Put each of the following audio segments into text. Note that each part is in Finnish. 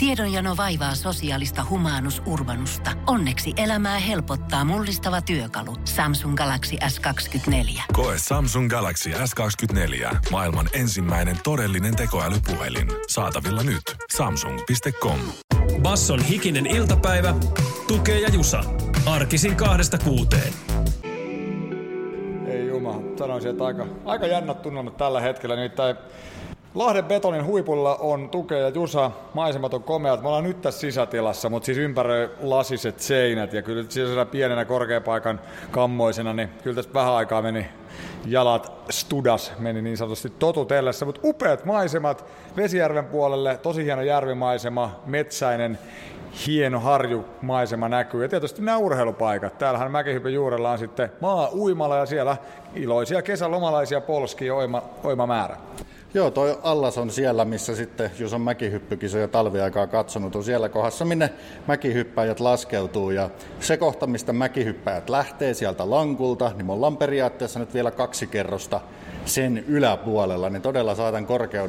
Tiedonjano vaivaa sosiaalista humanus urbanusta. Onneksi elämää helpottaa mullistava työkalu. Samsung Galaxy S24. Koe Samsung Galaxy S24. Maailman ensimmäinen todellinen tekoälypuhelin. Saatavilla nyt. Samsung.com. Basson hikinen iltapäivä. Tukee ja Jusa. Arkisin 2-6. Ei juma, sanoisin, että aika jännät tunnelmat tällä hetkellä. Nimittäin Lahden Betonin huipulla on Tukee ja Jusa, maisemat on komeat. Me ollaan nyt tässä sisätilassa, mutta siis ympäröi lasiset seinät ja kyllä sisällä pienenä korkeapaikan kammoisena, niin kyllä tässä vähän aikaa meni jalat studas, meni niin sanotusti totutellessa, mutta upeat maisemat Vesijärven puolelle, tosi hieno järvimaisema, metsäinen, hieno harjumaisema näkyy ja tietysti nämä urheilupaikat. Täällähän Mäkihypyn juurella on sitten maa-uimala ja siellä iloisia kesälomalaisia polskia oima määrä. Joo, toi allas on siellä, missä sitten, jos on mäkihyppykisoja talviaikaa katsonut, on siellä kohdassa, minne mäkihyppäjät laskeutuu. Ja se kohta, mistä mäkihyppäjät lähtee sieltä lankulta, niin me ollaan periaatteessa nyt vielä 2 kerrosta sen yläpuolella, niin todella saatan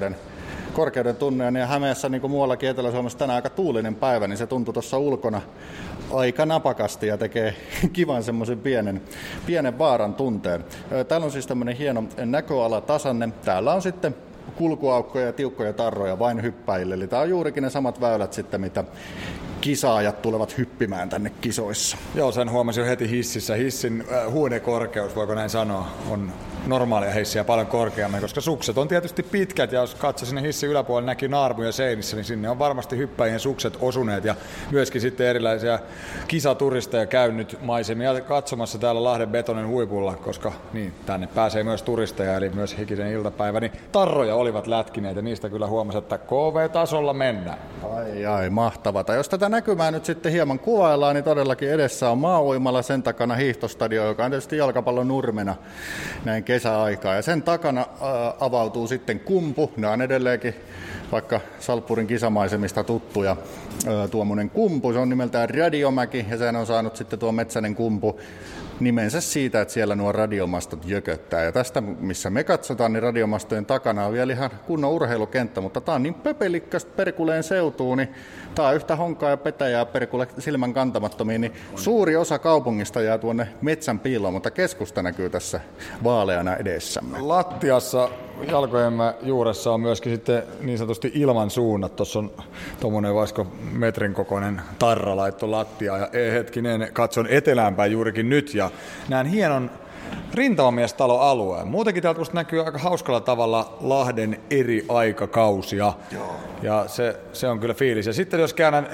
korkeuden tunne. Ja Hämeessä, niin kuin muuallakin Etelä-Suomessa tänään aika tuulinen päivä, niin se tuntuu tuossa ulkona aika napakasti ja tekee kivan semmoisen pienen vaaran tunteen. Täällä on siis tämmöinen hieno näköalatasanne. Täällä on sitten kulkuaukkoja ja tiukkoja tarroja vain hyppäjille. Eli tää on juurikin ne samat väylät sitten, mitä kisaajat tulevat hyppimään tänne kisoissa. Joo, sen huomasin jo heti hississä. Hissin huonekorkeus, voiko näin sanoa, on normaalia hissiä paljon korkeammin, koska sukset on tietysti pitkät ja jos katsoi sinne hissin yläpuolelle näki naarmuja seinissä, niin sinne on varmasti hyppäjien sukset osuneet ja myöskin sitten erilaisia kisaturisteja käynyt maisemia katsomassa täällä Lahden Betonin huipulla, koska niin, tänne pääsee myös turisteja, eli myös hikisen iltapäivä, niin tarroja olivat lätkineet ja niistä kyllä huomasi, että KV-tasolla mennään. Ai, mahtavaa. Jos tätä näkymää nyt sitten hieman kuvaillaan, niin todellakin edessä on maa-uimala, sen takana hiihtostadio, joka on tietysti jalkapallon nurmena näin kesäaikaa. Ja sen takana avautuu sitten kumpu. Ne on edelleenkin vaikka Salppurin kisamaisemista tuttuja tuommoinen kumpu. Se on nimeltään Radiomäki ja sehän on saanut sitten tuo metsäinen kumpu nimensä siitä, että siellä nuo radiomastot jököttää. Ja tästä, missä me katsotaan, niin radiomastojen takana on vielä ihan kunnon urheilukenttä, mutta tää on niin pöpelikkästä Perkuleen seutuun, niin tää on yhtä honkaa ja petäjää Perkule silmän kantamattomiin, niin suuri osa kaupungista jää tuonne metsän piiloon, mutta keskusta näkyy tässä vaaleana edessämme. Lattiassa jalkojemme juuressa on myöskin sitten niin sanotusti ilmansuunnat. Tuossa on tuommoinen vaikka metrin kokoinen tarra laittu lattia ja hetkinen, katson eteläänpäin juurikin nyt ja näen hienon rintamamiestaloalueen. Muutenkin täältä näkyy aika hauskalla tavalla Lahden eri aikakausia. Joo. Ja se on kyllä fiilis. Ja sitten jos käännän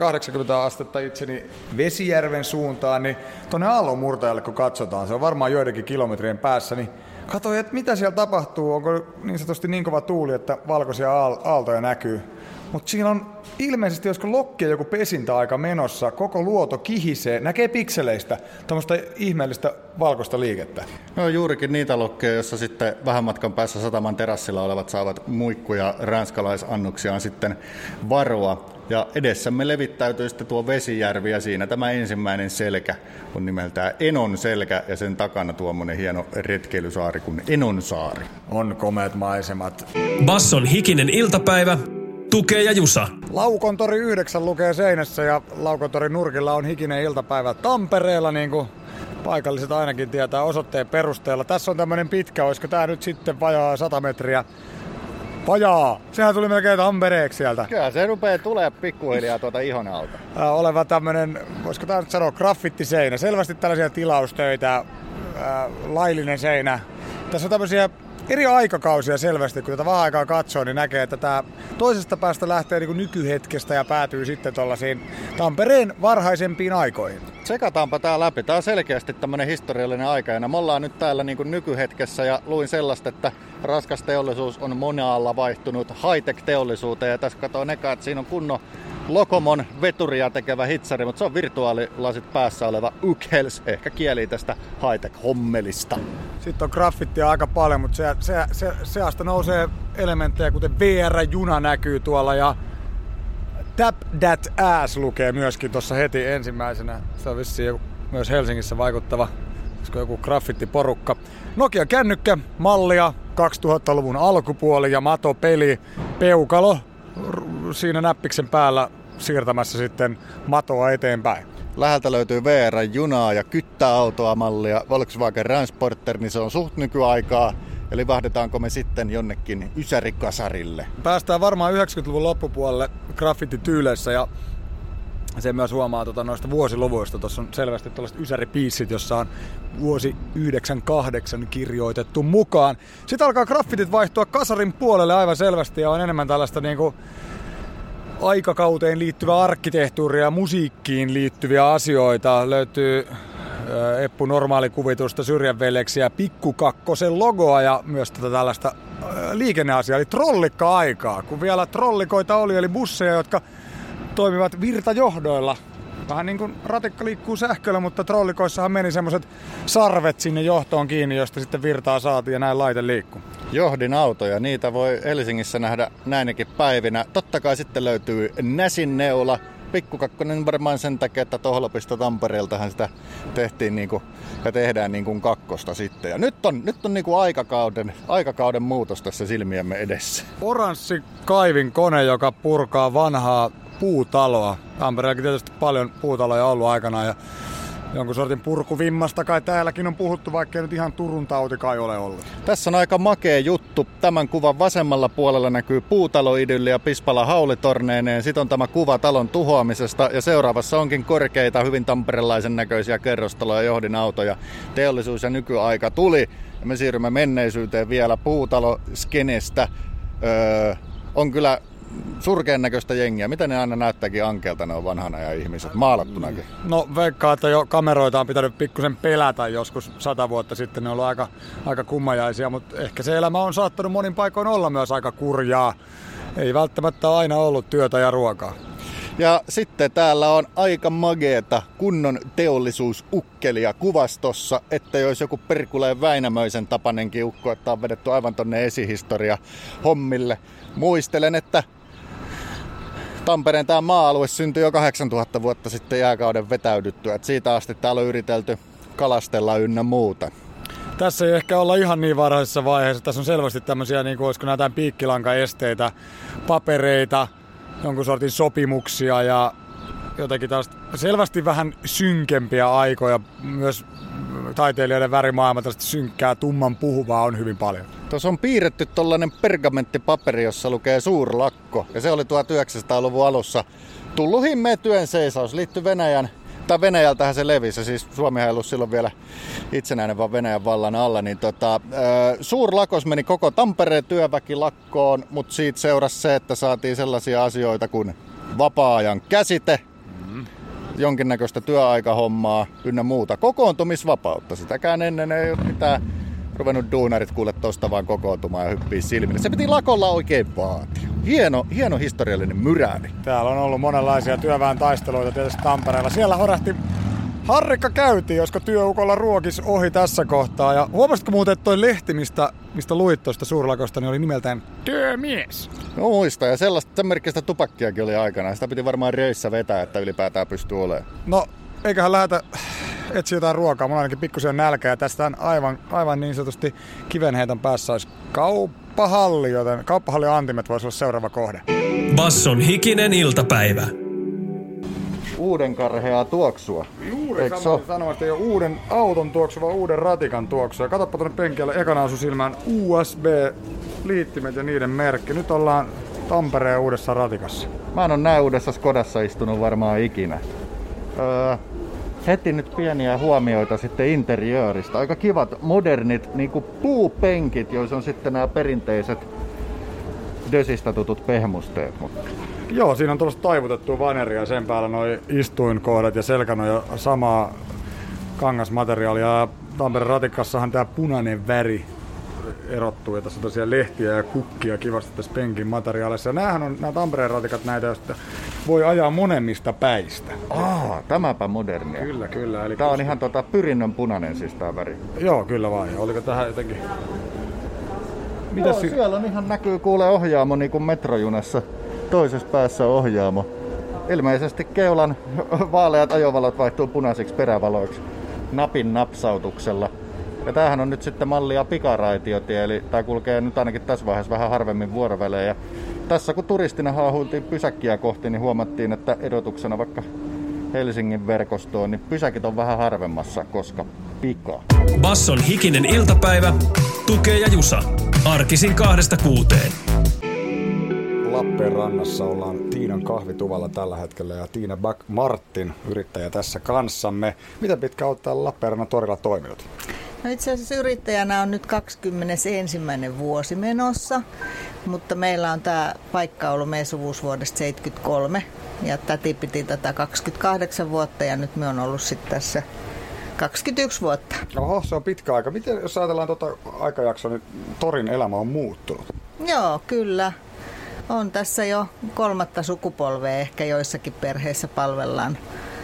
180 astetta itseni Vesijärven suuntaan, niin tuonne aallonmurtajalle kun katsotaan, se on varmaan joidenkin kilometrien päässä, niin katsoin, että mitä siellä tapahtuu. Onko niin sanotusti niin kova tuuli, että valkoisia aaltoja näkyy. Mutta siinä on ilmeisesti, josko lokkia joku pesintäaika menossa, koko luoto kihisee, näkee pikseleistä tuommoista ihmeellistä valkoista liikettä. No juurikin niitä lokkeja, joissa sitten vähän matkan päässä sataman terassilla olevat saavat muikkuja ranskalaisannoksiaan sitten varoa. Ja edessämme levittäytyy sitten tuo Vesijärvi ja siinä tämä ensimmäinen selkä on nimeltään Enon selkä ja sen takana tuommoinen hieno retkeilysaari kuin Enonsaari. On komeat maisemat. Basson hikinen iltapäivä. Tukee ja Jusa. Laukontori 9 lukee seinässä ja Laukontorin nurkilla on hikinen iltapäivä Tampereella, niin kuin paikalliset ainakin tietää osoitteen perusteella. Tässä on tämmöinen pitkä, olisiko tää nyt sitten vajaa 100 metriä? Vajaa! Sehän tuli melkein Tampereeksi sieltä. Kyllä se rupeaa tulemaan pikkuhiljaa tuota ihon alta. Oleva tämmönen, voisiko tää nyt sanoa, graffittiseinä. Selvästi tällaisia tilaustöitä, laillinen seinä. Tässä on tämmöisiä eri aikakausia selvästi, kun tätä vähän aikaa katsoo, niin näkee, että tämä toisesta päästä lähtee niin kuin nykyhetkestä ja päätyy sitten tuollaisiin Tampereen varhaisempiin aikoihin. Tsekataanpa tää läpi. Tää on selkeästi tämmönen historiallinen aika ja me ollaan nyt täällä niin kuin nykyhetkessä ja luin sellaista, että raskas teollisuus on monaalla vaihtunut high-tech-teollisuuteen ja tässä katsoo eka, että siinä on kunnon Lokomon veturia tekevä hitsari, mutta se on virtuaalilasit päässä oleva Ukhels, ehkä kieli tästä high-tech-hommelista. Sitten on graffittia aika paljon, mutta seasta nousee elementtejä, kuten VR-juna näkyy tuolla ja Tap That Ass lukee myöskin tuossa heti ensimmäisenä. Se on vissiin myös Helsingissä vaikuttava, olisiko joku graffittiporukka. Nokia kännykkä, mallia, 2000-luvun alkupuoli ja matopeli, peukalo, siinä näppiksen päällä siirtämässä sitten matoa eteenpäin. Läheltä löytyy VR-junaa ja kyttäautoa mallia Volkswagen Transporter, niin se on suht nykyaikaa. Eli vahdetaanko me sitten jonnekin ysärikasarille? Päästään varmaan 90-luvun loppupuolelle graffitityyleissä ja se myös huomaa noista vuosiluvuista. Tuossa on selvästi tällaiset ysäripiissit, jossa on vuosi 98 kirjoitettu mukaan. Sitten alkaa graffitit vaihtua kasarin puolelle aivan selvästi ja on enemmän tällaista niinku aikakauteen liittyvää arkkitehtuuria ja musiikkiin liittyviä asioita. Löytyy Eppu normaalikuvitusta, Syrjänveljeksiä, Pikku Kakkosen logoa ja myös tätä tällaista liikenneasiaa, eli trollikka-aikaa. Kun vielä trollikoita oli, eli busseja, jotka toimivat virtajohdoilla. Vähän niin kuin ratikka liikkuu sähköllä, mutta trollikoissahan meni semmoiset sarvet sinne johtoon kiinni, josta sitten virtaa saatiin ja näin laite liikkuu. Johdin autoja, niitä voi Helsingissä nähdä näinäkin päivinä. Totta kai sitten löytyy Näsinneula. Pikku Kakkonen varmaan sen takia, että Tohlopista Tampereeltahan sitä tehtiin niinku, ja tehdään niin kuin kakkosta sitten. Ja nyt on niinku aikakauden muutos tässä silmiemme edessä. Oranssi kaivinkone, joka purkaa vanhaa puutaloa. Tampereellakin tietysti paljon puutaloja ollut aikanaan ja jonkun sortin purkuvimmasta kai täälläkin on puhuttu, vaikka nyt ihan Turun tauti kai ole ollut. Tässä on aika makea juttu. Tämän kuvan vasemmalla puolella näkyy puutaloidylli ja Pispala haulitorneineen. Sitten on tämä kuva talon tuhoamisesta ja seuraavassa onkin korkeita, hyvin tamperelaisen näköisiä kerrostaloja, johdinautoja. Teollisuus ja nykyaika tuli ja me siirrymme menneisyyteen vielä puutaloskenestä. On kyllä surkean näköistä jengiä. Mitä ne aina näyttääkin ankeelta, ne on vanhana ja ihmiset, maalattunakin? No veikkaa, että jo kameroita on pitänyt pikkusen pelätä joskus 100 vuotta sitten. Ne on ollut aika kummajaisia, mutta ehkä se elämä on saattanut monin paikoin olla myös aika kurjaa. Ei välttämättä aina ollut työtä ja ruokaa. Ja sitten täällä on aika mageeta kunnon teollisuusukkelia kuvastossa, että jos joku Perkuleen Väinämöisen tapanenkin ukko, että on vedetty aivan tonne esihistoria hommille. Muistelen, että Tampereen tämä maa-alue syntyi jo 8000 vuotta sitten jääkauden vetäydyttyä. Et siitä asti täällä on yritelty kalastella ynnä muuta. Tässä ei ehkä olla ihan niin varhaisessa vaiheessa. Tässä on selvästi tämmöisiä, niin kuin olisiko nämä jotain piikkilankaesteitä, papereita, jonkun sortin sopimuksia ja jotenkin tällaista selvästi vähän synkempiä aikoja. Myös taiteilijoiden värimaailma tällaista synkkää, tumman puhuvaa on hyvin paljon. Tuossa on piirretty tollainen pergamenttipaperi, jossa lukee suurlakko. Ja se oli 1900-luvun alussa tullut himmeä työn seisaus. Liittyi Venäjältähän se levisi. Siis Suomihan ei ollut silloin vielä itsenäinen, vaan Venäjän vallan alla. Niin suurlakos meni koko Tampereen työväki lakkoon, mutta siitä seurasi se, että saatiin sellaisia asioita kuin vapaa-ajan käsite, jonkinnäköistä työaikahommaa ynnä muuta. Kokoontumisvapautta. Sitäkään ennen ei ole mitään ruvennut duunarit kuule tosta vaan kokoontumaan ja hyppii silmille. Se piti lakolla oikein vaatia. Hieno historiallinen myräni. Täällä on ollut monenlaisia työväen taisteluita tietysti Tampereella. Siellä horahti harrikka käytiin, josko työukolla ruokis ohi tässä kohtaa. Ja huomasitko muuten, että toi lehti, mistä luit tuosta suurlakosta, niin oli nimeltään Työmies? No muista, ja sen merkkistä tupakkiakin oli aikanaan. Sitä piti varmaan röissä vetää, että ylipäätään pystyy olemaan. No, eiköhän lähetä etsiä jotain ruokaa. Mulla on ainakin pikkusen nälkää. Tästä on aivan niin sanotusti kivenheiton päässä olisi kauppahalli, joten kauppahallin antimet voisi olla seuraava kohde. Basson hikinen iltapäivä. Uuden karheaa tuoksua. Juuri sanomasta ei ole uuden auton tuoksua, vaan uuden ratikan tuoksua. Katsoppa tuonne penkiälle ekana asu silmään USB-liittimet ja niiden merkki. Nyt ollaan Tampereen uudessa ratikassa. Mä en ole näin uudessa Skodassa istunut varmaan ikinä. Heti nyt pieniä huomioita sitten interiööristä. Aika kivat modernit niinku puupenkit, joissa on sitten nämä perinteiset Dösistä tutut pehmusteet. Joo, siinä on tuollaista taivutettua vaneria ja sen päällä noi istuinkohdat ja selkänoja samaa kangasmateriaalia. Ja Tampereen ratikassahan tää punainen väri erottuu ja tässä on tosiaan lehtiä ja kukkia kivasti tässä penkin materiaalissa. Ja näähän on nämä Tampereen ratikat näitä, joista voi ajaa monemmista päistä. Tämäpä modernia. Kyllä. Eli tää on ihan pyrinnön punainen siis tää väri. Joo, kyllä vaan. Oliko tähän jotenkin... Siellä on ihan näkyy kuule ohjaamo niin kuin metrojunassa. Toisessa päässä on ohjaamo. Ilmeisesti keulan vaaleat ajovalot vaihtuu punaisiksi perävaloiksi napin napsautuksella. Ja tämähän on nyt sitten mallia pikaraitiotie, eli tämä kulkee nyt ainakin tässä vaiheessa vähän harvemmin vuorovälein. Ja tässä kun turistina haahuiltiin pysäkkiä kohti, niin huomattiin, että erotuksena vaikka Helsingin verkostoon, niin pysäkit on vähän harvemmassa, koska pikaa. Basson hikinen iltapäivä, Tukee ja Jusa. Arkisin 2-6. Lappeenrannassa ollaan Tiinan kahvituvalla tällä hetkellä ja Tiina Martin, yrittäjä tässä kanssamme. Miten pitkä olet täällä Lappeenrannan torilla toiminut? No itse asiassa yrittäjänä on nyt 21. vuosi menossa, mutta meillä on tämä paikka ollut meidän suvuus vuodesta 73 ja täti piti tätä 28 vuotta ja nyt me on ollut sitten tässä 21 vuotta. Oho, se on pitkä aika. Miten, jos ajatellaan aikajaksoa, niin torin elämä on muuttunut? Joo, kyllä. On tässä jo 3. sukupolvea ehkä joissakin perheissä palvellaan.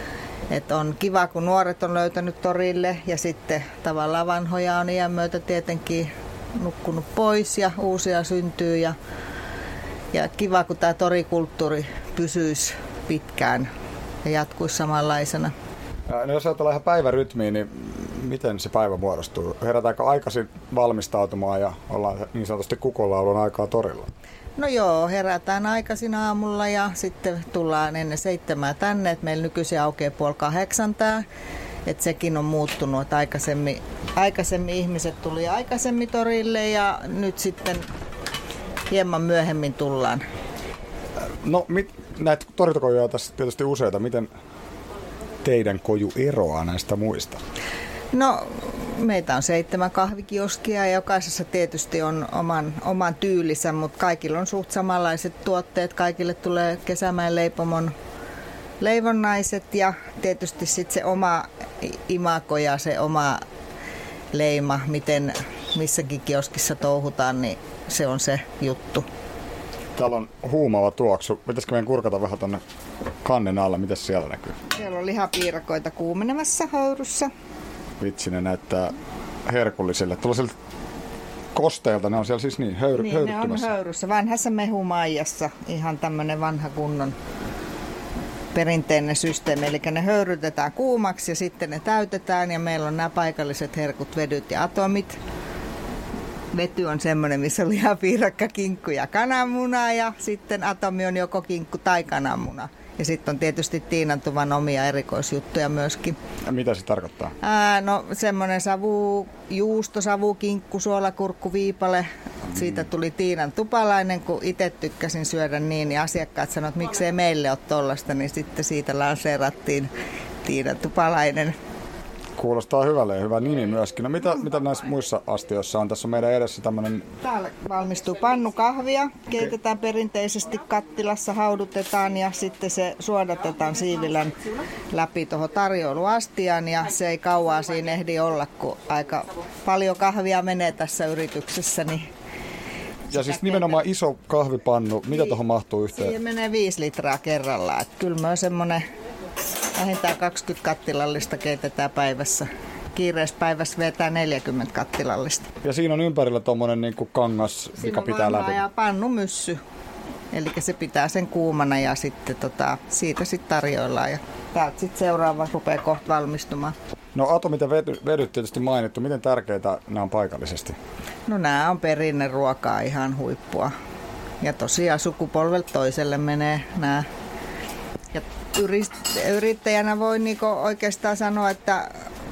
Et on kiva, kun nuoret on löytänyt torille ja sitten tavallaan vanhoja on iän myötä tietenkin nukkunut pois ja uusia syntyy. Ja kiva, kun tämä torikulttuuri pysyisi pitkään ja jatkuisi samanlaisena. No jos ajatellaan ihan päivärytmiin, niin miten se päivä muodostuu? Herätäänkö aikaisin valmistautumaan ja ollaan niin sanotusti kukonlaulun aikaa torilla? No joo, herätään aikaisin aamulla ja sitten tullaan ennen 7 tänne, että meillä nykyisin aukeaa 7:30 tää. Että sekin on muuttunut, että aikaisemmin ihmiset tuli aikaisemmin torille ja nyt sitten hieman myöhemmin tullaan. No näitä toritokojuja on tässä tietysti useita. Miten teidän koju eroaa näistä muista? No meitä on 7 kahvikioskia ja jokaisessa tietysti on oman tyylinsä, mutta kaikilla on suht samanlaiset tuotteet. Kaikille tulee Kesämäen leipomon leivonnaiset ja tietysti sitten se oma imako ja se oma leima, miten missäkin kioskissa touhutaan, niin se on se juttu. Täällä on huumaava tuoksu. Pitäisikö meidän kurkata vähän tuonne kannen alla? Mitäs siellä näkyy? Siellä on lihapiirakoita kuumenemassa höyryssä. Vitsi, ne näyttää herkullisille. Tuollaisilta kosteilta ne on siellä siis höyryttymässä. Ne on höyryssä. Vanhassa mehumaijassa ihan tämmöinen vanha kunnon perinteinen systeemi. Eli ne höyrytetään kuumaksi ja sitten ne täytetään ja meillä on nämä paikalliset herkut, vedyt ja atomit. Vety on semmoinen, missä on lihapiirakka, kinkku ja kananmuna ja sitten atomi on joko kinkku tai kananmuna. Ja sitten on tietysti Tiinan tuvan omia erikoisjuttuja myöskin. Ja mitä se tarkoittaa? No semmoinen juusto, savukinkku, suolakurkku, viipale. Siitä tuli Tiinan tupalainen, kun itse tykkäsin syödä niin asiakkaat sanoivat, että miksei meille ole tollasta, niin sitten siitä lanseerattiin Tiinan tupalainen. Kuulostaa hyvälle ja hyvä nimi myöskin. No mitä näissä muissa astioissa on? Tässä on meidän edessä tämmöinen... Täällä valmistuu pannukahvia. Keitetään perinteisesti kattilassa, haudutetaan ja sitten se suodatetaan siivilän läpi tuohon tarjoiluastiaan. Ja se ei kauaa siinä ehdi olla, kun aika paljon kahvia menee tässä yrityksessä. Niin ja siis nimenomaan iso kahvipannu. Mitä tuohon mahtuu yhteen? Siihen menee 5 litraa kerrallaan. Että kyllä me on semmoinen... Vähintään 20 kattilallista keitetään päivässä. Kiireessä päivässä vetää 40 kattilallista. Ja siinä on ympärillä tommonen niinku kangas, mikä pitää läpi. Ja pannumyssy. Eli se pitää sen kuumana ja sitten siitä sitten tarjoillaan. Ja täältä sitten seuraava rupeaa kohta valmistumaan. No atomit ja vedyt tietysti mainittu. Miten tärkeitä nämä on paikallisesti? No nämä on perinneruokaa ihan huippua. Ja tosiaan sukupolvelta toiselle menee nämä. Ja yrittäjänä voi niinku oikeastaan sanoa, että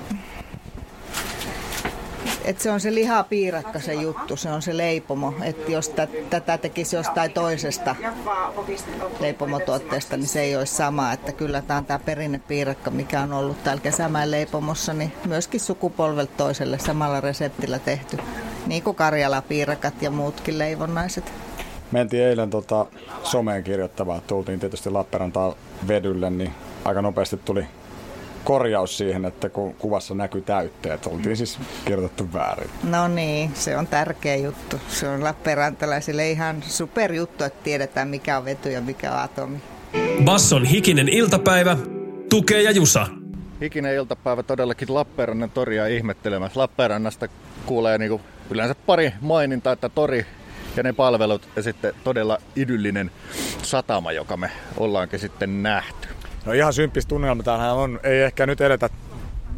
se on se lihapiirakka se juttu, se on se leipomo. Että jos tätä tekisi jostain toisesta leipomotuotteesta, niin se ei olisi sama. Että kyllä tämä perinnepiirakka, mikä on ollut täällä Kesämäen leipomossa, niin myöskin sukupolvelta toiselle samalla reseptillä tehty. Niin kuin Karjala-piirakat ja muutkin leivonnaiset. Mentiin eilen someen kirjoittavaa, tultiin tietysti Lappeenrantaan vedylle, niin aika nopeasti tuli korjaus siihen, että kun kuvassa näkyy täytteet, oltiin siis kirjoitettu väärin. No niin, se on tärkeä juttu. Se on lappeenrantalaisille ihan superjuttu, että tiedetään mikä on vety ja mikä on atomi. Basson hikinen iltapäivä, Tukee ja Jusa. Hikinen iltapäivä todellakin Lappeenrannan toria ihmettelemässä. Lappeenrannasta kuulee niinku yleensä pari mainintaa, että tori ja ne palvelut ja sitten todella idyllinen satama, joka me ollaankin sitten nähty. No ihan symppis tunnelma tämähän on. Ei ehkä nyt edetä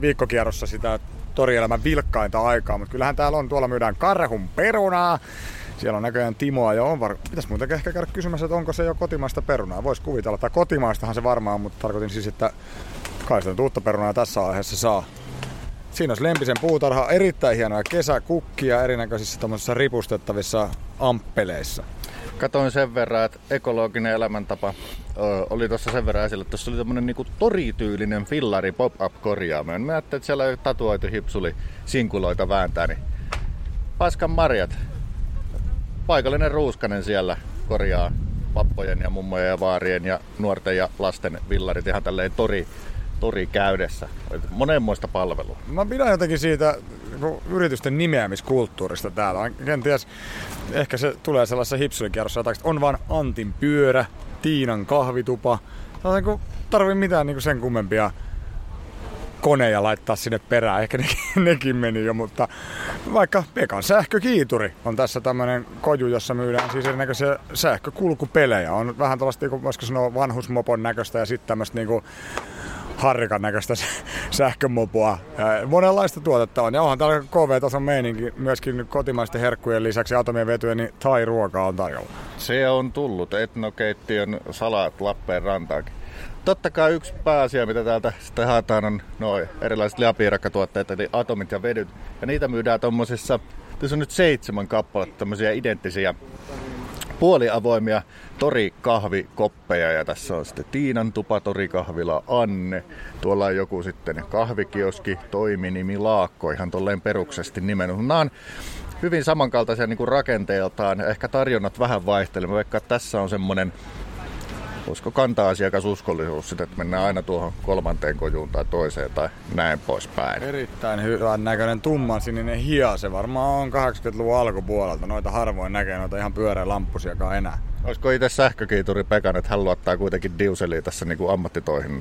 viikkokierrossa sitä torielämän vilkkainta aikaa, mutta kyllähän täällä on. Tuolla myydään karhun perunaa Siellä on näköjään Timoa ja pitäisi muuten ehkä käydä kysymässä, että onko se jo kotimaista perunaa. Voisi kuvitella, tai kotimaistahan se varmaan, mutta tarkoitin siis, että kai sitä uutta perunaa tässä aiheessa saa. Siinä olisi Lempisen puutarha, erittäin hienoja kesäkukkia erinäköisissä tommosissa ripustettavissa amppeleissa. Katoin sen verran, että ekologinen elämäntapa oli tuossa sen verran esillä, että tuossa oli tämmönen niinku torityylinen fillari pop-up-korjaaminen. Mä ajattelin, että siellä on tatuoitu hipsuli sinkuloita vääntää, niin paskan marjat. Paikallinen ruuskanen siellä korjaa pappojen ja mummojen ja vaarien ja nuorten ja lasten villarit ihan tälleen tori käydessä. Monenmoista palvelua. Mä pidän jotenkin siitä yritysten nimeämiskulttuurista täällä. Kenties ehkä se tulee sellaisessa hipsulikierrossa jotain, että on vaan Antin pyörä, Tiinan kahvitupa. Tarvii mitään sen kummempia koneja laittaa sinne perään. Ehkä nekin meni jo, mutta vaikka Pekan sähkökiituri on tässä tämmönen koju, jossa myydään siis erinäköisiä sähkökulkupelejä. On vähän tällaista, voisiko sanoa, vanhusmopon näköistä ja sitten tämmöistä harrikan näköistä sähkömopoa. Monenlaista tuotetta on. Ja onhan täällä KV-tason meininki myöskin kotimaisten herkkujen lisäksi atomien vetyjen, niin thai-ruokaa on tarjolla. Se on tullut etnokeittiön salat Lappeenrantaakin. Totta kai yksi pääasia, mitä täältä sitten haetaan, on noin erilaiset lihapiirakkatuotteet, eli atomit ja vedyt. Ja niitä myydään tommosissa, tässä on nyt 7 kappaletta tämmöisiä identtisiä puoliavoimia torikahvikoppeja, ja tässä on sitten Tiinan tupa, torikahvila Anne. Tuolla on joku sitten kahvikioski, toiminimi Laakko, ihan tolleen peruksesti nimen. Nämä on hyvin samankaltaisia niin kuin rakenteeltaan, ehkä tarjonnat vähän vaihtelevat, vaikka tässä on semmoinen, voisiko kanta-asiakasuskollisuus, että mennään aina tuohon 3. kojuun tai toiseen tai näin poispäin. Erittäin hyvän näköinen tummansininen hia, se varmaan on 80-luvun alkupuolelta. Noita harvoin näkee, noita ihan pyöreälamppusiakaan enää. Olisiko itse sähkökiituri Pekan, että hän luottaa kuitenkin diuseliin tässä niin kuin ammattitoihin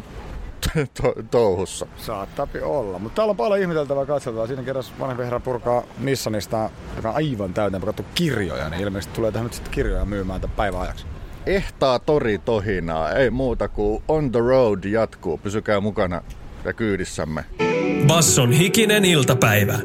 touhussa? Saattaapi olla, mutta täällä on paljon ihmeteltävää katsotaan. Siinä kerran vanhempi herra purkaa Nissanista, joka on aivan täyteen pakattu kirjoja, niin ilmeisesti tulee tähän nyt sitten kirjoja myymään tämän päivän ajaksi. Ehtaa tori tohinaa, ei muuta kuin On the Road jatkuu. Pysykää mukana ja kyydissämme. Basson hikinen iltapäivä.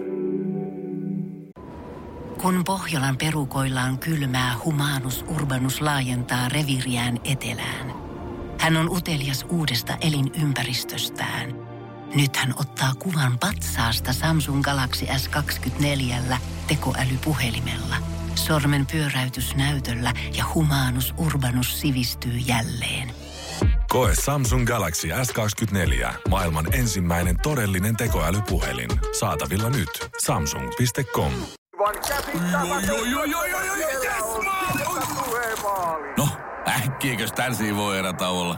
Kun Pohjolan perukoillaan kylmää, Humanus Urbanus laajentaa reviiriään etelään. Hän on utelias uudesta elinympäristöstään. Nyt hän ottaa kuvan patsaasta Samsung Galaxy S24 tekoälypuhelimella. Sormen pyöräytys näytöllä ja Humanus Urbanus sivistyy jälleen. Koe Samsung Galaxy S24. Maailman ensimmäinen todellinen tekoälypuhelin. Saatavilla nyt. Samsung.com. No, äkkiäkös tän voi erätä olla?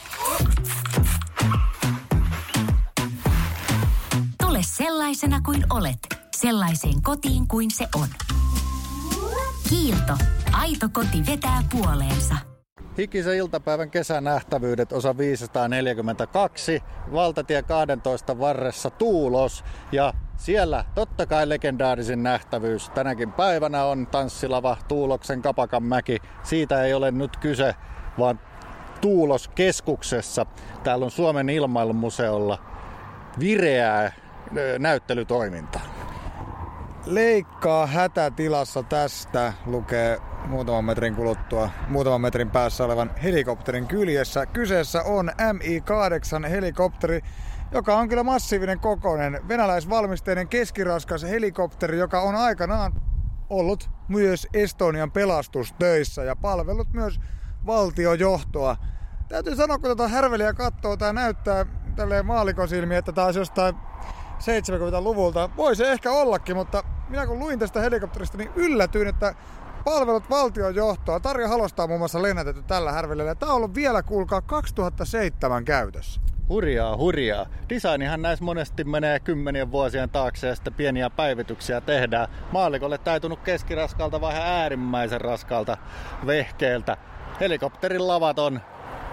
Tule sellaisena kuin olet, sellaiseen kotiin kuin se on. Kiilto. Aito koti vetää puoleensa. Hikisen iltapäivän kesänähtävyydet osa 542, valtatie 12 varressa Tuulos. Ja siellä totta kai legendaarisin nähtävyys tänäkin päivänä on tanssilava Tuuloksen Kapakanmäki. Siitä ei ole nyt kyse, vaan Tuulos-keskuksessa. Täällä on Suomen ilmailumuseolla vireää näyttelytoimintaa. Leikkaa hätätilassa tästä, lukee muutaman metrin kuluttua, muutaman metrin päässä olevan helikopterin kyljessä. Kyseessä on Mi-8 helikopteri, joka on kyllä massiivinen kokoinen venäläisvalmisteinen keskiraskas helikopteri, joka on aikanaan ollut myös Estonian pelastustöissä ja palvellut myös valtiojohtoa. Täytyy sanoa, kun tätä härveliä katsoo, tämä näyttää tälleen maallikon silmiin, että tämä olisi jostain 70-luvulta. Voi se ehkä ollakin, mutta minä kun luin tästä helikopterista, niin yllätyin, että palvelut valtionjohtoa. Tarja Halosta on muun muassa lennätetty tällä härvelillä. Tämä on ollut vielä, kuulkaa, 2007 käytössä. Hurjaa. Designihan näissä monesti menee 10 vuosien taakse ja sitten pieniä päivityksiä tehdään. Maallikolle täytynyt keskiraskalta vähän äärimmäisen raskalta vehkeeltä. Helikopterin lavat on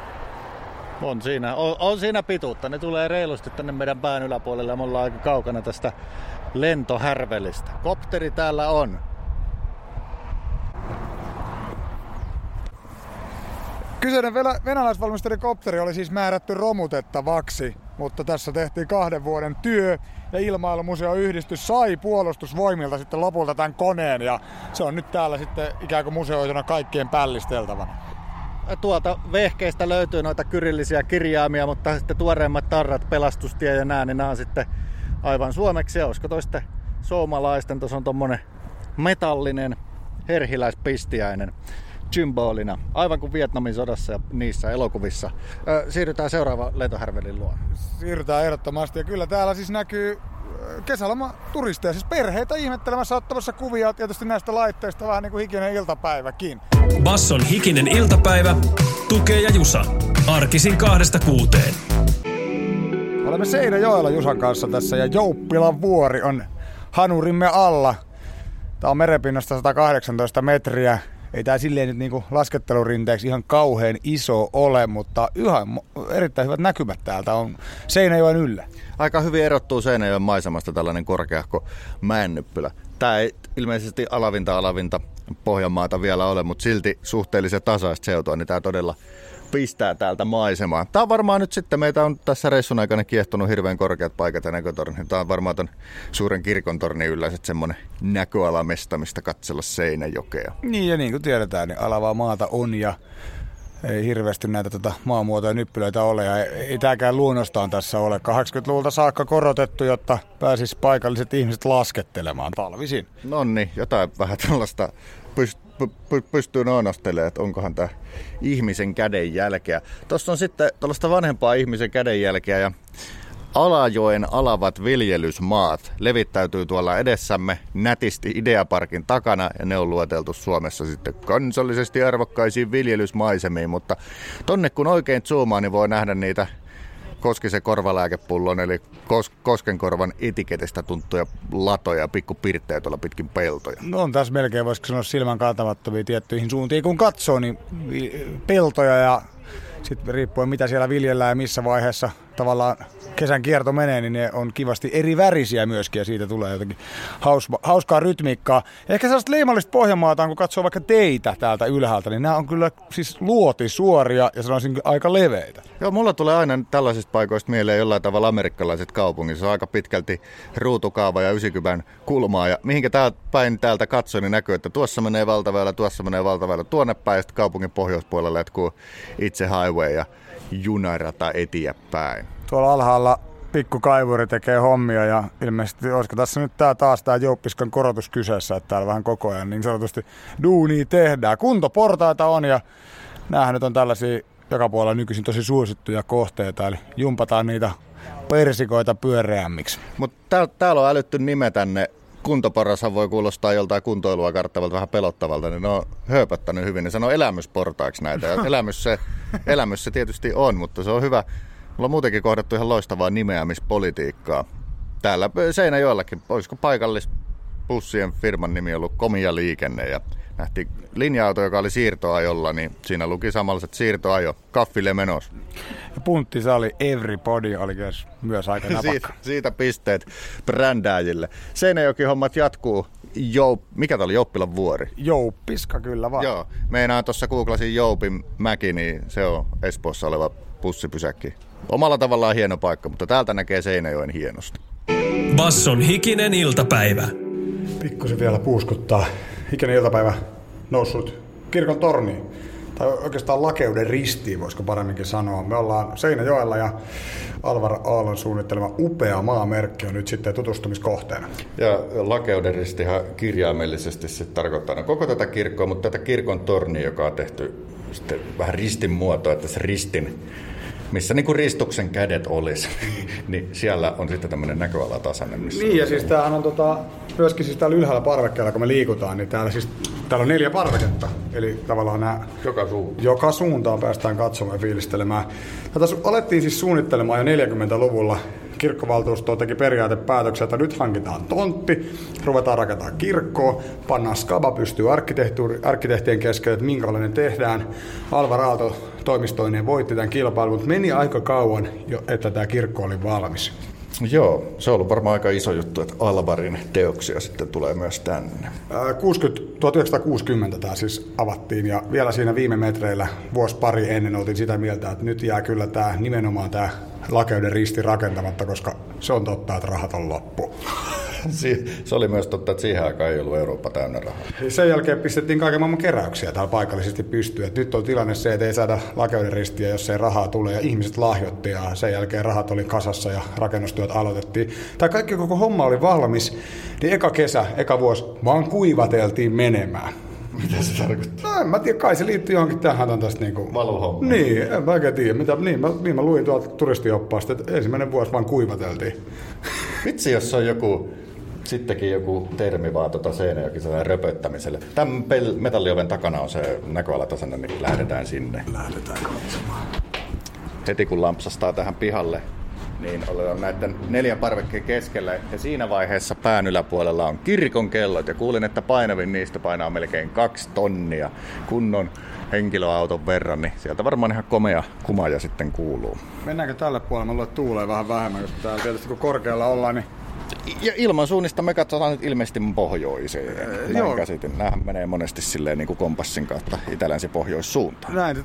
siinä pituutta. Ne tulee reilusti tänne meidän pään yläpuolelle ja me ollaan aika kaukana tästä lentohärvelistä. Kopteri täällä on. Kyseinen venäläisvalmistelun kopteri oli siis määrätty romutettavaksi, mutta tässä tehtiin 2 vuoden työ ja Ilmailumuseoyhdistys sai puolustusvoimilta sitten lopulta tämän koneen ja se on nyt täällä sitten ikään kuin museoituna kaikkien pällisteltävänä. Tuolta vehkeistä löytyy noita kyrillisiä kirjaimia, mutta sitten tuoreimmat tarrat, pelastustie ja nää, niin nämä on sitten aivan suomeksi. Ja olisiko toi sitten suomalaisten, tuossa on tommonen metallinen herhiläispistiäinen symbolina, aivan kuin Vietnamin sodassa ja niissä elokuvissa. Siirrytään seuraava lentohärvelin luo. Siirrytään ehdottomasti ja kyllä täällä siis näkyy kesälomaturisteja, siis perheitä ihmettelemässä, ottamassa kuvia tietysti näistä laitteista, vähän niin kuin hikinen iltapäiväkin. Basson hikinen iltapäivä, Tukee ja Jusa. Arkisin 2-6. Olemme Seinäjoella Jusan kanssa tässä ja Jouppilan vuori on hanurimme alla. Tää on merenpinnasta 118 metriä. Ei tää silleen nyt niinku laskettelurinteeksi ihan kauhean iso ole, mutta ihan erittäin hyvät näkymät täältä on Seinäjoen yllä. Aika hyvin erottuu Seinäjoen maisemasta tällainen korkeahko mäennyppylä. Tää ei ilmeisesti alavinta Pohjanmaata vielä ole, mutta silti suhteellisen tasaista seutua, niin tää todella pistää täältä maisemaa. Tää on varmaan nyt sitten, meitä on tässä reissun aikana kiehtonut hirveän korkeat paikat ja näkötorni. Tää on varmaan ton suuren kirkon tornin yllä sitten semmonen näköalamesta, mistä katsella Seinäjokea. Niin ja niin kuin tiedetään, niin alavaa maata on ja ei hirveästi näitä maamuotoja nyppylöitä ole ja ei tääkään luonnostaan tässä ole. 80-luvulta saakka korotettu, jotta pääsis paikalliset ihmiset laskettelemaan talvisin. No niin, jotain vähän tällaista pystyy noonastelemaan, että onkohan tämä ihmisen kädenjälkeä. Tuossa on sitten tällaista vanhempaa ihmisen kädenjälkeä ja Alajoen alavat viljelysmaat levittäytyy tuolla edessämme nätisti Ideaparkin takana ja ne on lueteltu Suomessa sitten kansallisesti arvokkaisiin viljelysmaisemiin, mutta tonne kun oikein zoomaa, niin voi nähdä niitä Koskisen korvalääkepullon eli Koskenkorvan etiketistä tunttuja latoja, pikkupirttejä tuolla pitkin peltoja. No on tässä melkein, voisiko sanoa silmän kantamattomia tiettyihin suuntiin. Kun katsoo, niin peltoja ja sitten riippuen mitä siellä viljellään ja missä vaiheessa tavallaan kesän kierto menee, niin ne on kivasti eri värisiä myöskin ja siitä tulee jotenkin hauskaa rytmiikkaa. Ehkä sellaista leimallista Pohjanmaata, kun katsoo vaikka teitä täältä ylhäältä, niin nämä on kyllä siis luotisuoria ja sanoisin aika leveitä. Joo, mulla tulee aina tällaisista paikoista mieleen jollain tavalla amerikkalaiset kaupungit. Se on aika pitkälti ruutukaava ja 90 kulmaa ja mihinkä päin täältä katsoo, niin näkyy, että tuossa menee valtaväylä, tuonne päin ja sitten kaupungin pohjoispuolella jatkuu itse highway ja junarata eteenpäin. Tuolla alhaalla pikkukaivuri tekee hommia ja ilmeisesti olisiko tässä nyt taas tämä Jouppiskan korotus kyseessä, että täällä vähän koko ajan niin sanotusti duunia tehdään. Kuntoportaita on ja näähän nyt on tällaisia joka puolella nykyisin tosi suosittuja kohteita, eli jumpataan niitä persikoita pyöreämmiksi. Mutta täällä on älytty nimeä tänne. Kuntoporrashan voi kuulostaa joltain kuntoilua karttavalta vähän pelottavalta, niin ne on hööpöttänyt hyvin. Ne sanoo elämysportaiksi näitä. Ja elämys se tietysti on, mutta se on hyvä. Mulla on muutenkin kohdattu ihan loistavaa nimeämispolitiikkaa. Täällä Seinäjoellakin, olisiko paikallisbussien firman nimi ollut Komia Liikenne ja nähtiin linja-auto, joka oli siirtoajolla, niin siinä luki samalliset siirtoajo, kaffille menos. Ja punttisali Everybody oli myös aika napakka. Siitä pisteet brändääjille. Seinäjoki-hommat jatkuu. Mikä tämä oli? Jouppilan vuori? Jouppiska kyllä vaan. Joo, meinaan tuossa googlasin Joupin mäki, niin se on Espoossa oleva bussipysäkki. Omalla tavallaan hieno paikka, mutta täältä näkee Seinäjoen hienosti. Basson hikinen iltapäivä. Pikkusen vielä puuskuttaa. Hikinen iltapäivä noussut kirkon torniin. Tai oikeastaan Lakeuden ristiin, voisiko paremminkin sanoa. Me ollaan Seinäjoella ja Alvar Aallon suunnittelema upea maamerkki on nyt sitten tutustumiskohteena. Ja Lakeuden ristihan kirjaimellisesti sitten tarkoittaa koko tätä kirkkoa, mutta tätä kirkon tornia, joka on tehty sitten vähän ristin muotoa, että se ristin, missä niin kuin ristuksen kädet olisi, niin siellä on sitten tämmöinen näköalatasainen. Niin ja siis tämähän on myöskin siis täällä ylhäällä parvekkeella, kun me liikutaan, niin täällä on 4 parveketta. Eli tavallaan nämä joka suuntaan päästään katsomaan ja fiilistelemään. Tätä alettiin siis suunnittelemaan jo 40-luvulla. Kirkkovaltuusto teki periaatepäätöksiä, että nyt hankitaan tontti, ruvetaan rakentamaan kirkkoa, pannaan skaba pystyy arkkitehtien kesken, että minkälainen tehdään. Alvar Aalto toimistoineen voitti tämän kilpailun, mutta meni aika kauan, että tämä kirkko oli valmis. Joo, se on ollut varmaan aika iso juttu, että Alvarin teoksia sitten tulee myös tänne. 1960 tämä siis avattiin ja vielä siinä viime metreillä vuosi pari ennen oltiin sitä mieltä, että nyt jää kyllä nimenomaan tämä Lakeuden risti rakentamatta, koska se on totta, että rahat on loppu. Se oli myös totta, että siihen aikaan ei ollut Eurooppa täynnä rahaa. Sen jälkeen pistettiin kaiken maailman keräyksiä täällä paikallisesti pystyyn. Nyt on tilanne se, että ei saada Lakeuden ristiä, jos ei rahaa tule ja ihmiset lahjoitti ja sen jälkeen rahat oli kasassa ja rakennustyöt aloitettiin. Tai kaikki koko homma oli valmis, niin eka vuosi vaan kuivateltiin menemään. Mitä se tarkoittaa? No, en mä tiedä, kai se liittyy johonkin tähän tästä niinku... Valuhommiin. Niin, en mä oikein tiedä. Niin mä luin tuolta turistioppaasta, että ensimmäinen vuosi vaan kuivateltiin. Vitsi, jos on sittenkin joku termi vaan Seinäjoki sellainen röpöttämiselle. Tämän metallioven takana on se näköalatasanne, niin lähdetään sinne. Lähdetään katsomaan. Heti kun lampsastaa tähän pihalle, niin ollaan näiden 4 parvekkeen keskellä. Ja siinä vaiheessa pään yläpuolella on kirkon kellot. Ja kuulin, että painavin niistä painaa melkein 2 tonnia kunnon henkilöauton verran. Niin sieltä varmaan ihan komea kumaja sitten kuuluu. Mennäänkö tälle puolelle? Mä luulen, että tuulee vähän vähemmän, koska täällä tietysti kun korkealla ollaan, niin... Ja ilmansuunnista me katsotaan nyt ilmeisesti pohjoiseen. Näin käsitin. Nämähän menee monesti silleen niin kuin kompassin kautta itä-länsi-pohjoissuuntaan. Näin,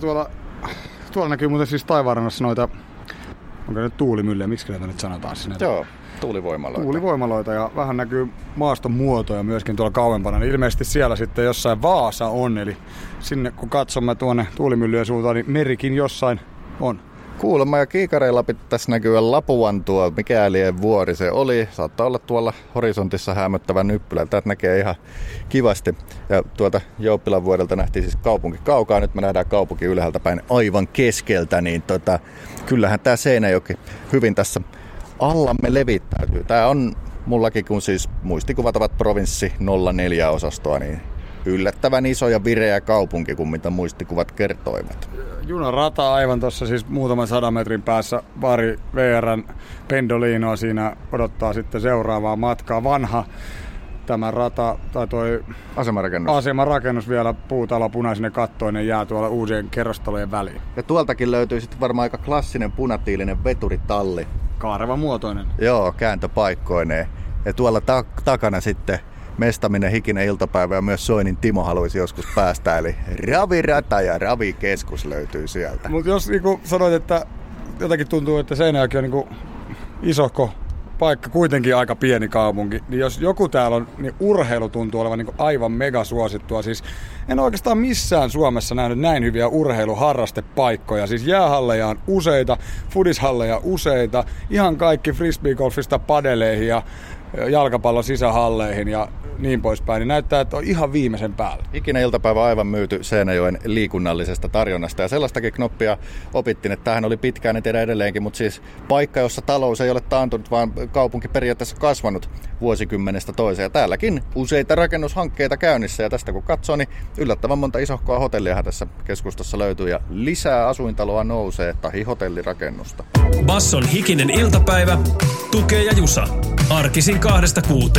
tuolla näkyy muuten siis taivaanrannassa noita, onko ne tuulimyllyjä, miksi näitä nyt sanotaan? Siis näitä? Joo, tuulivoimaloita. Tuulivoimaloita ja vähän näkyy maaston muotoja myöskin tuolla kauempana. Niin ilmeisesti siellä sitten jossain Vaasa on, eli sinne kun katsomme tuonne tuulimyllyjen suuntaan, niin merikin jossain on. Kuulemma ja kiikareilla pitäisi näkyä Lapuan tuo, mikäli vuori se oli. Saattaa olla tuolla horisontissa häämöttävän nyppylä. Täältä näkee ihan kivasti. Ja tuolta Jouppilan vuodelta nähtiin siis kaupunki kaukaa. Nyt me nähdään kaupunki ylhäältä päin aivan keskeltä. Niin kyllähän tämä Seinäjoki hyvin tässä allamme levittäytyy. Tämä on mullakin, kun siis muistikuvat ovat provinssi 04-osastoa, niin yllättävän iso ja vireä kaupunki, kuin mitä muistikuvat kertoivat. Junarata aivan tuossa siis muutaman 100 metrin päässä pari VR:n Pendolinoa siinä odottaa sitten seuraavaa matkaa. Vanha tämä rata tai toi asemarakennus vielä puutalo punaisine kattoinen jää tuolla uusien kerrostalojen väliin. Ja tuoltakin löytyy sitten varmaan aika klassinen punatiilinen veturitalli. Kaareva muotoinen. Joo, kääntöpaikkoineen. Ja tuolla takana sitten mestaminen hikinen iltapäivä ja myös Soinin Timo haluaisi joskus päästä, eli ravirata ja ravikeskus löytyy sieltä. Mutta jos niin sanoit, että jotenkin tuntuu, että Seinäjoki on niin isohko paikka, kuitenkin aika pieni kaupunki, niin jos joku täällä on, niin urheilu tuntuu olevan niin aivan mega suosittua. Siis en oikeastaan missään Suomessa nähnyt näin hyviä urheiluharrastepaikkoja. Siis jäähalleja on useita, fudishalleja useita, ihan kaikki frisbeegolfista padeleihin ja jalkapallon sisähalleihin ja niin poispäin, niin näyttää, että on ihan viimeisen päällä. Ikinen iltapäivä aivan myyty Seinäjoen liikunnallisesta tarjonnasta ja sellaistakin knoppia opittiin, että tämähän oli pitkään, en tiedä edelleenkin, mutta siis paikka, jossa talous ei ole taantunut, vaan kaupunki periaatteessa kasvanut vuosikymmenestä toiseen. Ja täälläkin useita rakennushankkeita käynnissä ja tästä kun katsoo, niin yllättävän monta isohkoa hotellia tässä keskustassa löytyy ja lisää asuintaloa nousee tai hotellirakennusta. Basson hikinen iltapäivä, Tukee ja Jusa. Arkisin 2-6.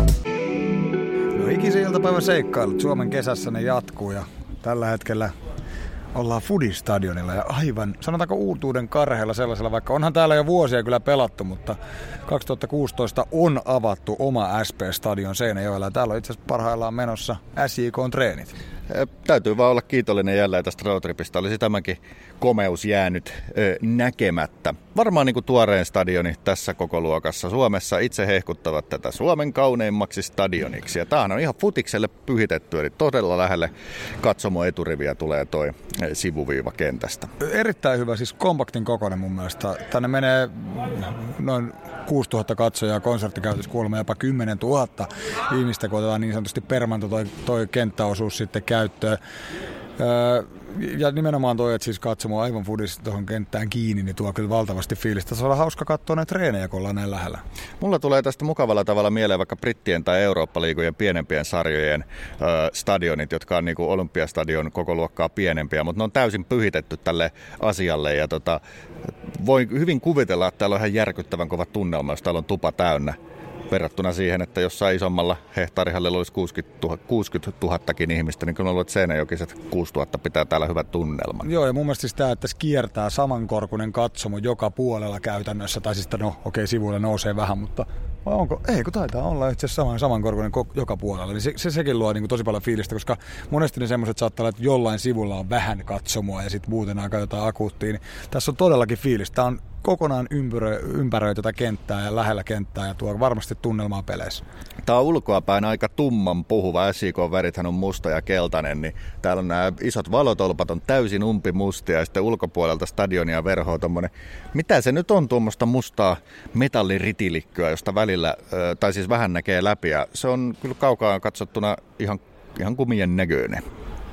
No hikisen iltapäivän seikkailut Suomen kesässä ne jatkuu ja tällä hetkellä ollaan Fudistadionilla ja aivan, sanotaanko uutuuden karheella sellaisella, vaikka onhan täällä jo vuosia kyllä pelattu, mutta 2016 on avattu oma SP-stadion Seinäjoella ja täällä on itse asiassa parhaillaan menossa SJK-treenit. Täytyy vaan olla kiitollinen jälleen tästä roadtripista. Olisi tämäkin komeus jäänyt näkemättä. Varmaan niin kuin tuoreen stadioni tässä koko luokassa. Suomessa itse hehkuttavat tätä Suomen kauneimmaksi stadioniksi. Ja tämähän on ihan futikselle pyhitetty, eli todella lähelle katsomo eturiviä tulee toi sivuviiva kentästä. Erittäin hyvä, siis kompaktin kokoinen mun mielestä. Tänne menee noin 6000 katsojaa, konserttikäytöskuulemma jopa 10 000 ihmistä, kun otetaan niin sanotusti permanto toi kenttäosuus sitten käyttöön. Ja nimenomaan toi, että siis katsomo aivan fudista tuohon kenttään kiinni, niin tuo kyllä valtavasti fiilistä. Se on hauska katsoa näitä treenejä, kun ollaan näin lähellä. Mulla tulee tästä mukavalla tavalla mieleen vaikka brittien tai Eurooppa-liigojen pienempien sarjojen stadionit, jotka on niin kuin Olympiastadion koko luokkaa pienempiä, mutta ne on täysin pyhitetty tälle asialle. Ja voi hyvin kuvitella, että täällä on ihan järkyttävän kova tunnelma, jos täällä on tupa täynnä verrattuna siihen, että jossain isommalla hehtaarihallilla olisi 60 000 ihmistä, niin kun on ollut, että Seinäjokiset 6 000 pitää täällä hyvät tunnelman. Joo, ja mun mielestä tämä, että kiertää samankorkuinen katsomo joka puolella käytännössä, tai siis sivuille nousee vähän, mutta vai onko? Ei, kun taitaa olla itse asiassa samankorkuinen joka puolella. Niin sekin luo niin kuin tosi paljon fiilistä, koska monesti ne semmoiset saattaa olla, että jollain sivulla on vähän katsomoa ja sitten muuten aika jotain akuuttia. Niin tässä on todellakin fiilistä. Tämä on kokonaan ympäröi tätä kenttää ja lähellä kenttää ja tuo varmasti tunnelmaa peleissä. Tämä on ulkoapäin aika tumman puhuva. SJK-värithän on musta ja keltainen, niin täällä on nämä isot valotolpat on täysin umpimustia ja sitten ulkopuolelta stadionia verhoa tommonen. Mitä se nyt on tuommoista mustaa metalliritilikköä, josta välillä, tai siis vähän näkee läpi ja se on kyllä kaukaa katsottuna ihan kumien näköinen.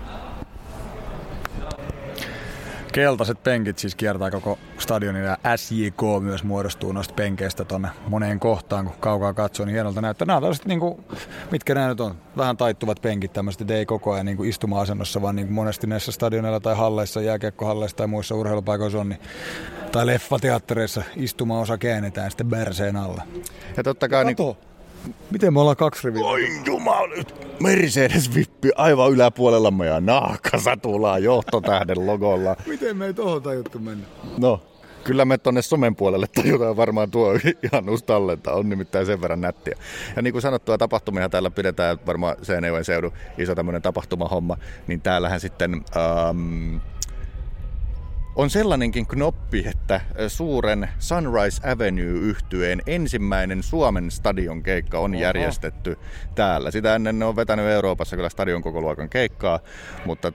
Keltaiset penkit siis kiertää koko stadionin ja SJK myös muodostuu noista penkeistä tonne moneen kohtaan, kun kaukaa katsoo, niin hienolta näyttää. Nämä on tällaiset, mitkä nämä nyt on, vähän taittuvat penkit tämmöiset, ei koko ajan niin kuin istuma-asennossa, vaan niin kuin monesti näissä stadioneilla tai halleissa, jääkiekkohalleissa tai muissa urheilupaikoissa on, niin, tai leffateattereissa istumaosa käännetään sitten bärseen alla. Ja totta kai miten me ollaan 2 riviä? Oi jumala, Mercedes-vippi aivan yläpuolella meidän nahkasatulaa johtotähden logolla. Miten me ei tohon tajuttu mennä? No, kyllä me tonne somen puolelle tajutaan varmaan tuo ihan uusi tallenta. On nimittäin sen verran nättiä. Ja niin kuin sanottua, tapahtumia täällä pidetään varmaan Seinäjoen seudun iso tämmöinen tapahtumahomma. Niin täällähän sitten on sellainenkin knoppi, että suuren Sunrise Avenue-yhtyeen ensimmäinen Suomen stadion keikka on järjestetty täällä. Sitä ennen ne on vetänyt Euroopassa kyllä stadion koko luokan keikkaa, mutta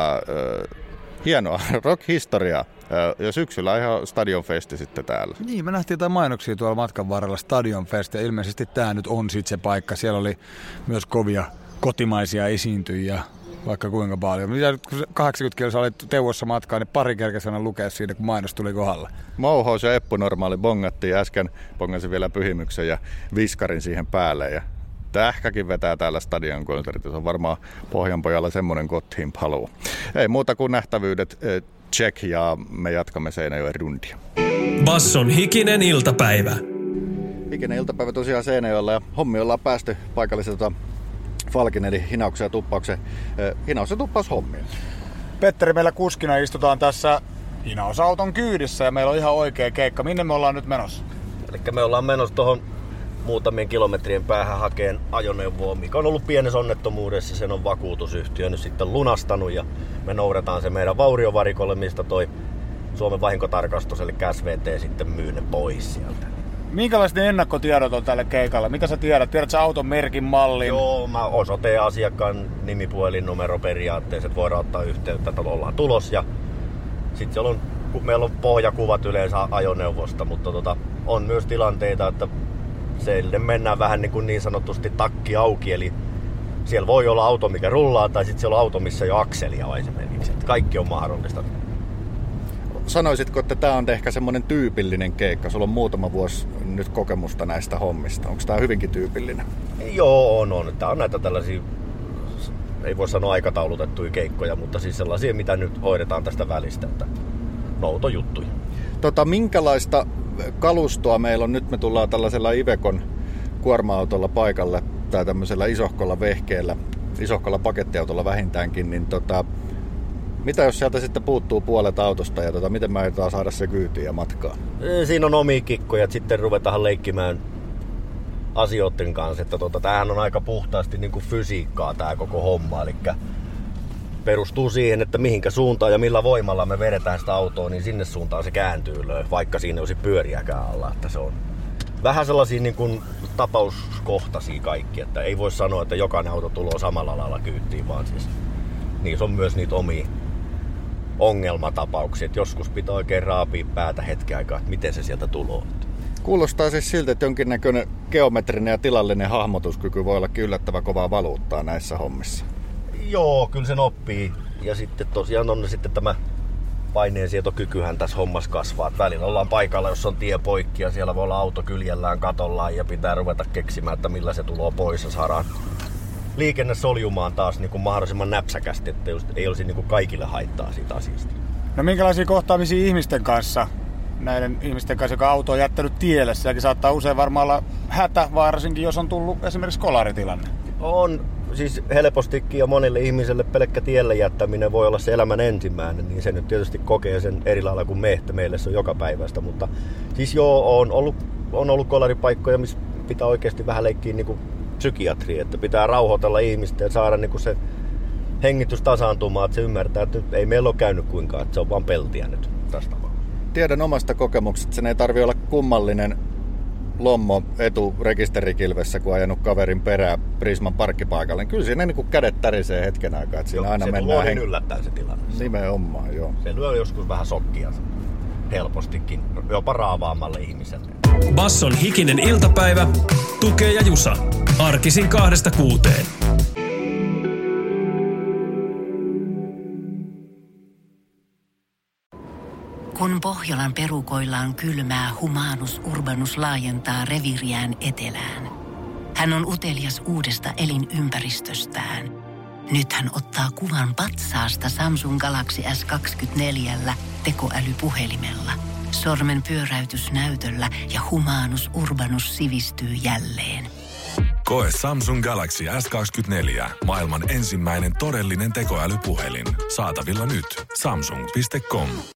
hienoa rock-historiaa. Ja syksyllä ihan Stadionfesti sitten täällä. Niin, me nähtiin jotain mainoksia tuolla matkan varrella Stadionfest ja ilmeisesti tämä nyt on sitten se paikka. Siellä oli myös kovia kotimaisia esiintyjiä. Vaikka kuinka paljon. Mitä nyt, kun 80 kilossa olit Teuvossa matkaa, niin pari kerkeä lukea siinä, kun mainos tuli kohdalle. Mouhous ja Eppu Normaali bongattiin äsken. Bongasin vielä Pyhimyksen ja viskarin siihen päälle. Ja Tähkäkin vetää täällä stadion konsertit. Se on varmaan Pohjanpojalla semmoinen kotiin paluu. Ei muuta kuin nähtävyydet check ja me jatkamme Seinäjoen rundia. Basson hikinen iltapäivä. Hikinen iltapäivä tosiaan Seinäjoella ja hommi ollaan päästy paikalliselta Falkin eli hinauksen ja tuppauksen hinaus- ja tuppaushommia. Petteri, meillä kuskina istutaan tässä hinausauton kyydissä ja meillä on ihan oikea keikka. Minne me ollaan nyt menossa? Elikkä me ollaan menossa tuohon muutamien kilometrien päähän hakeen ajoneuvoa, mikä on ollut pienessä onnettomuudessa. Sen on vakuutusyhtiö nyt sitten lunastanut ja me noudataan se meidän vauriovarikolle, mistä toi Suomen vahinkotarkastus eli SVT sitten myy ne pois sieltä. Minkälaiset ne ennakkotiedot on tälle keikalle? Mitä sä tiedät? Tiedätkö auton merkin, mallin? Joo, mä osoiteen asiakkaan nimipuhelinnumero periaatteessa, että voidaan ottaa yhteyttä, että ollaan tulos. Ja sit siellä meillä on pohjakuvat yleensä ajoneuvosta, mutta on myös tilanteita, että siellä mennään vähän niin sanotusti takki auki. Eli siellä voi olla auto, mikä rullaa, tai sitten siellä on auto, missä ei ole akselia esimerkiksi. Että kaikki on mahdollista. Sanoisitko, että tämä on ehkä semmoinen tyypillinen keikka? Sulla on muutama vuosi nyt kokemusta näistä hommista. Onko tämä hyvinkin tyypillinen? Joo, on. Tämä on näitä tällaisia, ei voi sanoa aikataulutettuja keikkoja, mutta siis sellaisia, mitä nyt hoidetaan tästä välistä. Että noutojuttuja. Minkälaista kalustoa meillä on? Nyt me tullaan tällaisella Ivekon kuorma-autolla paikalle tai tämmöisellä isohkolla vehkeellä, isohkolla pakettiautolla vähintäänkin, niin mitä jos sieltä sitten puuttuu puolet autosta ja miten me aiotaan saada se kyytiin ja matkaan? Siinä on omia kikkoja, että sitten ruvetaan leikkimään asioiden kanssa. Että tämähän on aika puhtaasti niin kuin fysiikkaa tämä koko homma. Eli perustuu siihen, että mihinkä suuntaan ja millä voimalla me vedetään sitä autoa, niin sinne suuntaan se kääntyy, vaikka siinä ei olisi pyöriäkään alla. Että se on vähän sellaisia niin kuin tapauskohtaisia kaikki, että ei voi sanoa, että jokainen auto tulee samalla lailla kyytiin, vaan siis niissä on myös niitä omia ongelmatapauksia, että joskus pitää oikein raapia päätä hetken aikaa, että miten se sieltä tulee. Kuulostaa siis siltä, että jonkinnäköinen geometrinen ja tilallinen hahmotuskyky voi olla yllättävän kovaa valuuttaa näissä hommissa. Joo, kyllä sen oppii. Ja sitten tosiaan on sitten tämä paineensietokykyhän tässä hommassa kasvaa. Että välillä ollaan paikalla, jos on tie poikki ja siellä voi olla auto kyljellään katollaan ja pitää ruveta keksimään, että millä se tulee pois ja saadaan liikenne soljumaan taas niin kuin mahdollisimman näpsäkästi, että ei olisi niin kuin kaikille haittaa siitä asiasta. No minkälaisia kohtaamisia ihmisten kanssa näiden ihmisten kanssa, joka auto on jättänyt tielle. Sielläkin saattaa usein varmaan olla hätä, varsinkin jos on tullut esimerkiksi kolaritilanne. On siis helpostikin ja monille ihmisille pelkkä tielle jättäminen voi olla se elämän ensimmäinen, niin se nyt tietysti kokee sen eri lailla kuin me, että meille se on joka päivästä. Mutta siis joo, on ollut kolaripaikkoja, missä pitää oikeasti vähän leikkiä niin kuin psykiatria, että pitää rauhoitella ihmistä ja saada niin kuin se hengitys tasaantumaan, että se ymmärtää, että ei meillä ole käynyt kuinkaan, että se on vaan peltiä nyt tästä vaan. Tiedän omasta kokemuksesta, sen ei tarvitse olla kummallinen lommo eturekisterikilvessä, kun ajanut kaverin perään Prisman parkkipaikalle. Kyllä siinä niin kuin kädet tärisee hetken aikaa, että siinä aina mennään. Se luo yllättäen se tilanne. Nimenomaan, joo. Se lyö joskus vähän shokkia helpostikin, jopa raavaamalle ihmiselle. Basson hikinen iltapäivä, Tukee ja Jusa. Arkisin 2-6. Kun Pohjolan perukoillaan kylmää, Humanus Urbanus laajentaa reviiriään etelään. Hän on utelias uudesta elinympäristöstään. Nyt hän ottaa kuvan patsaasta Samsung Galaxy S24 tekoälypuhelimella. Sormen pyöräytys näytöllä ja Humanus Urbanus sivistyy jälleen. Koe Samsung Galaxy S24. Maailman ensimmäinen todellinen tekoälypuhelin. Saatavilla nyt. Samsung.com.